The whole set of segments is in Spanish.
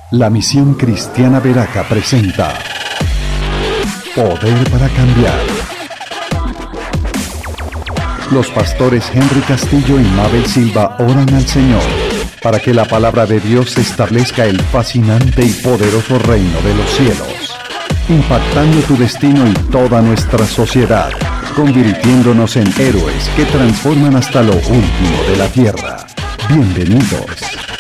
La Misión Cristiana Veraca presenta Poder para Cambiar. Los pastores Henry Castillo y Mabel Silva oran al Señor para que la palabra de Dios establezca el fascinante y poderoso reino de los cielos, impactando tu destino y toda nuestra sociedad, convirtiéndonos en héroes que transforman hasta lo último de la tierra. Bienvenidos.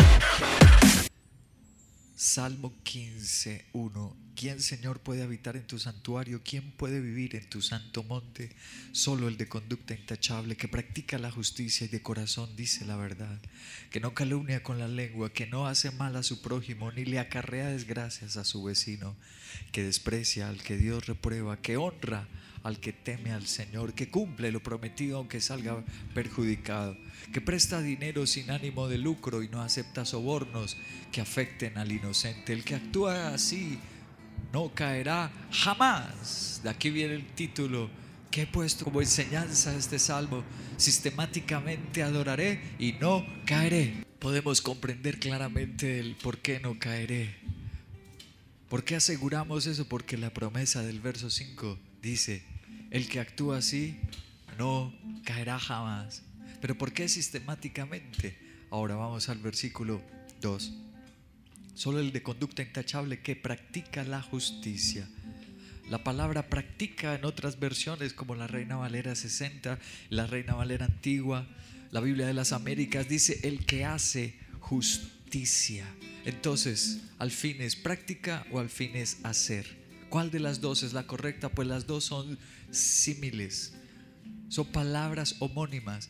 Salmo 15:1. ¿Quién, Señor, puede habitar en tu santuario? ¿Quién puede vivir en tu santo monte? Solo el de conducta intachable, que practica la justicia y de corazón dice la verdad, que no calumnia con la lengua, que no hace mal a su prójimo, ni le acarrea desgracias a su vecino, que desprecia al que Dios reprueba, que honra al que teme al Señor, que cumple lo prometido aunque salga perjudicado, que presta dinero sin ánimo de lucro y no acepta sobornos que afecten al inocente. El que actúa así no caerá jamás. De aquí viene el título que he puesto como enseñanza a este salmo: sistemáticamente adoraré y no caeré. Podemos comprender claramente el por qué no caeré. ¿Por qué aseguramos eso? Porque la promesa del verso 5 dice: el que actúa así no caerá jamás. ¿Pero por qué sistemáticamente? Ahora vamos al versículo 2. Solo el de conducta intachable, que practica la justicia. La palabra practica en otras versiones, como la Reina Valera 60, la Reina Valera Antigua, la Biblia de las Américas, dice el que hace justicia. Entonces, ¿al fin es práctica o al fin es hacer? ¿Cuál de las dos es la correcta? Pues las dos son símiles, son palabras homónimas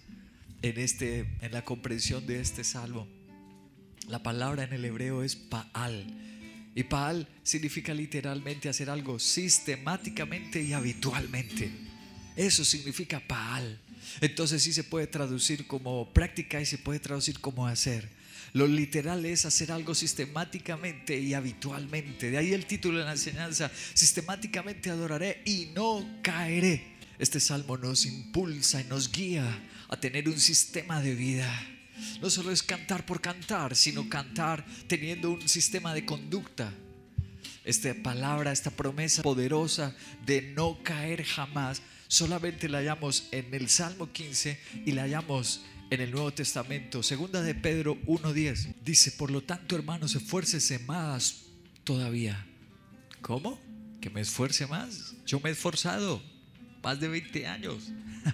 en la comprensión de este salmo. La palabra en el hebreo es Paal, y Paal significa literalmente hacer algo sistemáticamente y habitualmente. Eso significa Paal. Entonces sí se puede traducir como práctica y se puede traducir como hacer. Lo literal es hacer algo sistemáticamente y habitualmente. De ahí el título de la enseñanza: sistemáticamente adoraré y no caeré. Este salmo nos impulsa y nos guía a tener un sistema de vida. No solo es cantar por cantar, sino cantar teniendo un sistema de conducta. Esta palabra, esta promesa poderosa de no caer jamás, solamente la hallamos en el Salmo 15 y la hallamos en el Nuevo Testamento. Segunda de Pedro 1:10 dice: por lo tanto, hermanos, esfuércese más todavía. ¿Cómo? ¿Que me esfuerce más? Yo me he esforzado más de 20 años.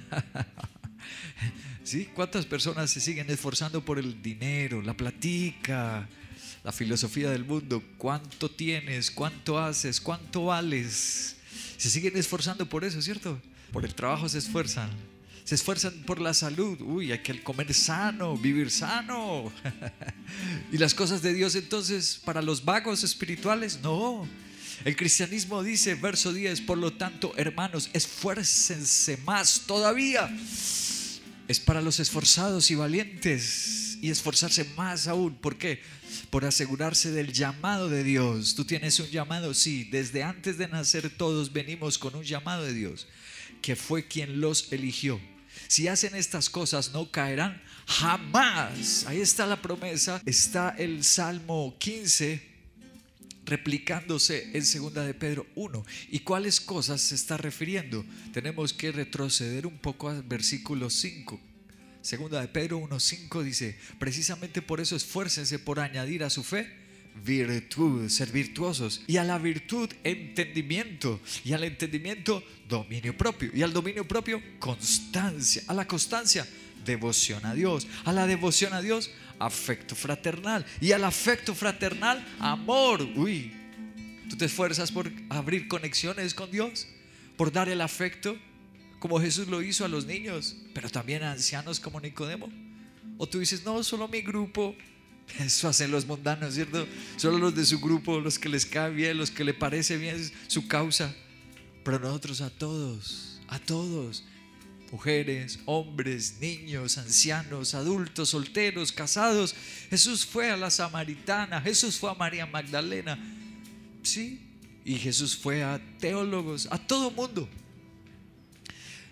¿Sí? ¿Cuántas personas se siguen esforzando por el dinero, la platica, la filosofía del mundo? ¿Cuánto tienes? ¿Cuánto haces? ¿Cuánto vales? Se siguen esforzando por eso, ¿cierto? Por el trabajo se esfuerzan. Se esfuerzan por la salud. Uy, hay que comer sano, vivir sano. ¿Y las cosas de Dios entonces para los vagos espirituales? No. El cristianismo dice, verso 10: por lo tanto, hermanos, esfuércense más todavía. Es para los esforzados y valientes, y esforzarse más aún. ¿Por qué? Por asegurarse del llamado de Dios. ¿Tú tienes un llamado? Sí, desde antes de nacer todos venimos con un llamado de Dios, que fue quien los eligió. Si hacen estas cosas no caerán jamás. Ahí está la promesa. Está el Salmo 15 replicándose en 2 de Pedro 1. ¿Y cuáles cosas se está refiriendo? Tenemos que retroceder un poco al versículo 5. 2 de Pedro 1:5 dice: precisamente por eso esfuércense por añadir a su fe virtud, ser virtuosos, y a la virtud entendimiento, y al entendimiento dominio propio, y al dominio propio constancia, a la constancia devoción a Dios, a la devoción a Dios afecto fraternal, y al afecto fraternal amor. Uy, ¿tú te esfuerzas por abrir conexiones con Dios? Por dar el afecto como Jesús lo hizo a los niños, pero también a ancianos como Nicodemo. O tú dices: no, solo mi grupo. Eso hacen los mundanos, ¿cierto? Solo los de su grupo, los que les cae bien, los que le parece bien su causa. Pero nosotros a todos, mujeres, hombres, niños, ancianos, adultos, solteros, casados. Jesús fue a la samaritana, Jesús fue a María Magdalena, ¿sí? Y Jesús fue a teólogos, a todo mundo.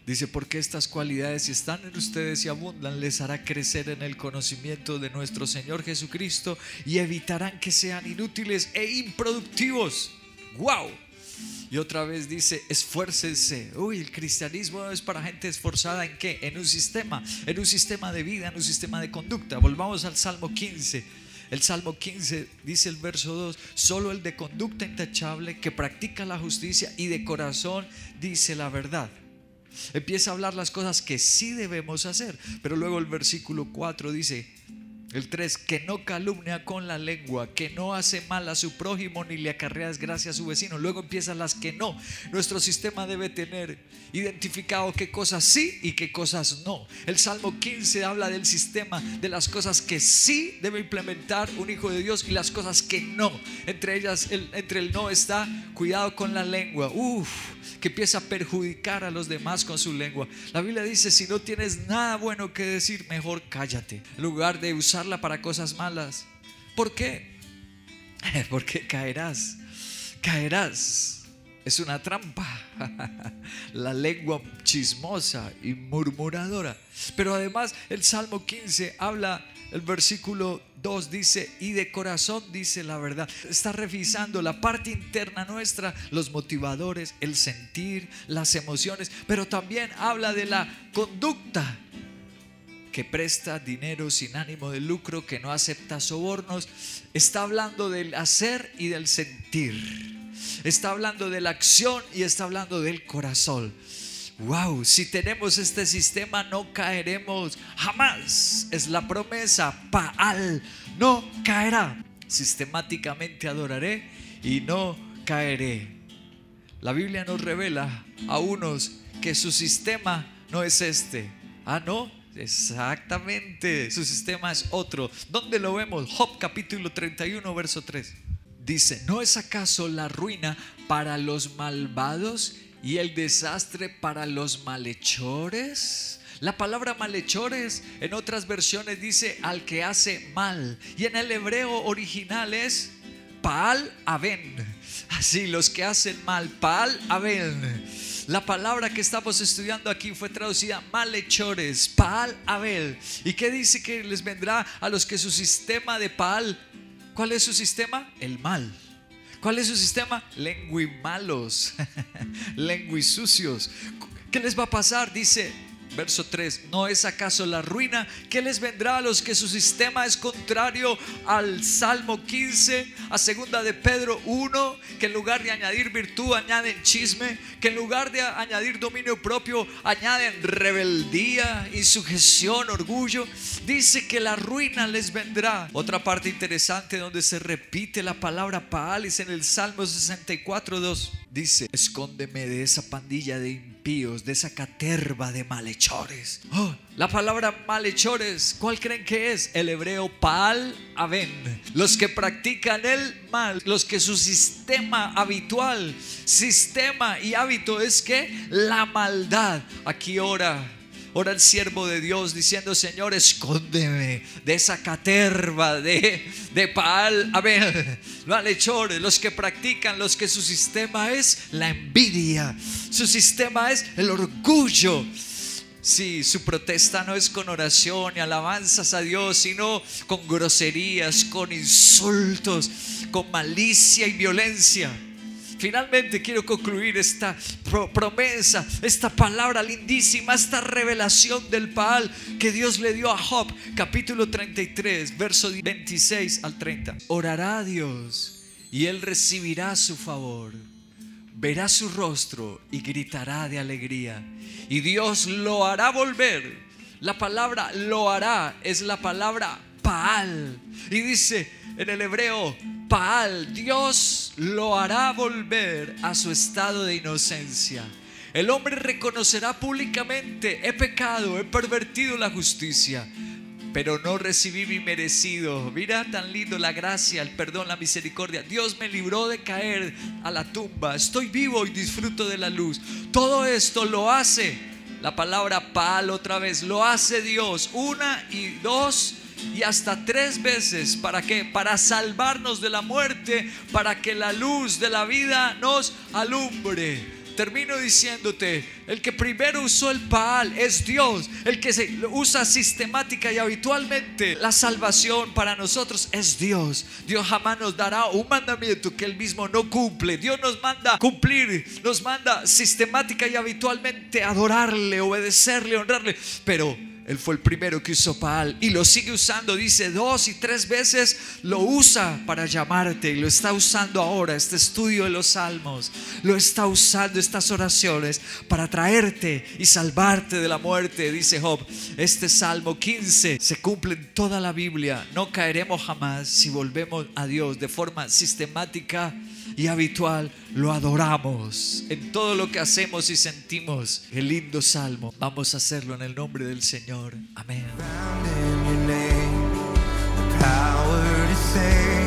Dice, porque estas cualidades, si están en ustedes y abundan, les hará crecer en el conocimiento de nuestro Señor Jesucristo y evitarán que sean inútiles e improductivos. ¡Wow! Y otra vez dice, esfuércense. Uy, el cristianismo no es para gente esforzada. ¿En qué? En un sistema de vida, en un sistema de conducta. Volvamos al Salmo 15. El Salmo 15 dice el verso 2: solo el de conducta intachable, que practica la justicia y de corazón dice la verdad. Empieza a hablar las cosas que sí debemos hacer, pero luego el versículo 4 dice, el 3, que no calumnia con la lengua, que no hace mal a su prójimo ni le acarrea desgracia a su vecino. Luego empiezan las que no. Nuestro sistema debe tener identificado qué cosas sí y qué cosas no. El Salmo 15 habla del sistema, de las cosas que sí debe implementar un hijo de Dios y las cosas que no. Entre ellas, entre el no está cuidado con la lengua. Que empieza a perjudicar a los demás con su lengua. La Biblia dice, si no tienes nada bueno que decir, mejor cállate, en lugar de usarla para cosas malas. ¿Por qué? Porque caerás. Es una trampa. La lengua chismosa y murmuradora. Pero además el Salmo 15 habla, el versículo 2 dice, y de corazón dice la verdad. Está revisando la parte interna nuestra, los motivadores, el sentir, las emociones. Pero también habla de la conducta, que presta dinero sin ánimo de lucro, que no acepta sobornos. Está hablando del hacer y del sentir. Está hablando de la acción y está hablando del corazón. Wow, si tenemos este sistema no caeremos jamás. Es la promesa. Baal no caerá. Sistemáticamente adoraré y no caeré. La Biblia nos revela a unos que su sistema no es este. No, exactamente, su sistema es otro. ¿Dónde lo vemos? Job capítulo 31 verso 3. Dice, ¿no es acaso la ruina para los malvados y el desastre para los malhechores? La palabra malhechores en otras versiones dice al que hace mal, y en el hebreo original es Baal Aben. Así, los que hacen mal, Baal Aben. La palabra que estamos estudiando aquí fue traducida malhechores, Baal Abel. ¿Y qué dice que les vendrá a los que su sistema de Baal? ¿Cuál es su sistema? El mal. ¿Cuál es su sistema? Lenguimalos, lenguisucios. ¿Qué les va a pasar? Dice verso 3, ¿no es acaso la ruina? ¿Qué les vendrá a los que su sistema es contrario al Salmo 15, a segunda de Pedro 1, que en lugar de añadir virtud añaden chisme, que en lugar de añadir dominio propio añaden rebeldía, insujeción, orgullo? Dice que la ruina les vendrá. Otra parte interesante donde se repite la palabra Baal es en el Salmo 64, 2. Dice, escóndeme de esa pandilla de impíos, de esa caterva de malhechores. La palabra malhechores, ¿cuál creen que es? El hebreo Baal Aben. Los que practican el mal, los que su sistema habitual, sistema y hábito es que la maldad. Aquí ora el siervo de Dios diciendo, Señor, escóndeme de esa caterva de Baal Abel, malhechores, los que practican, los que su sistema es la envidia, su sistema es el orgullo. Sí, su protesta no es con oración y alabanzas a Dios, sino con groserías, con insultos, con malicia y violencia. Finalmente quiero concluir esta promesa, esta palabra lindísima, esta revelación del Baal que Dios le dio a Job, capítulo 33, verso 26 al 30. Orará a Dios y él recibirá su favor, verá su rostro y gritará de alegría, y Dios lo hará volver. La palabra lo hará es la palabra Baal, y dice en el hebreo Baal, Dios lo hará volver a su estado de inocencia. El hombre reconocerá públicamente, he pecado, he pervertido la justicia, pero no recibí mi merecido. Mira tan lindo la gracia, el perdón, la misericordia. Dios me libró de caer a la tumba, estoy vivo y disfruto de la luz. Todo esto lo hace, la palabra Baal otra vez, lo hace Dios una y dos y hasta 3 veces. ¿Para qué? Para salvarnos de la muerte, para que la luz de la vida nos alumbre. Termino diciéndote, el que primero usó el Baal es Dios. El que se usa sistemática y habitualmente la salvación para nosotros es Dios. Dios jamás nos dará un mandamiento que Él mismo no cumple. Dios nos manda cumplir, nos manda sistemática y habitualmente adorarle, obedecerle, honrarle. Pero Él fue el primero que usó Baal y lo sigue usando. Dice 2 y 3 veces lo usa para llamarte, y lo está usando ahora. Este estudio de los salmos lo está usando, estas oraciones, para traerte y salvarte de la muerte. Dice Job, este Salmo 15 se cumple en toda la Biblia. No caeremos jamás si volvemos a Dios de forma sistemática y habitual. Lo adoramos en todo lo que hacemos y sentimos. El lindo salmo, vamos a hacerlo en el nombre del Señor. Amén.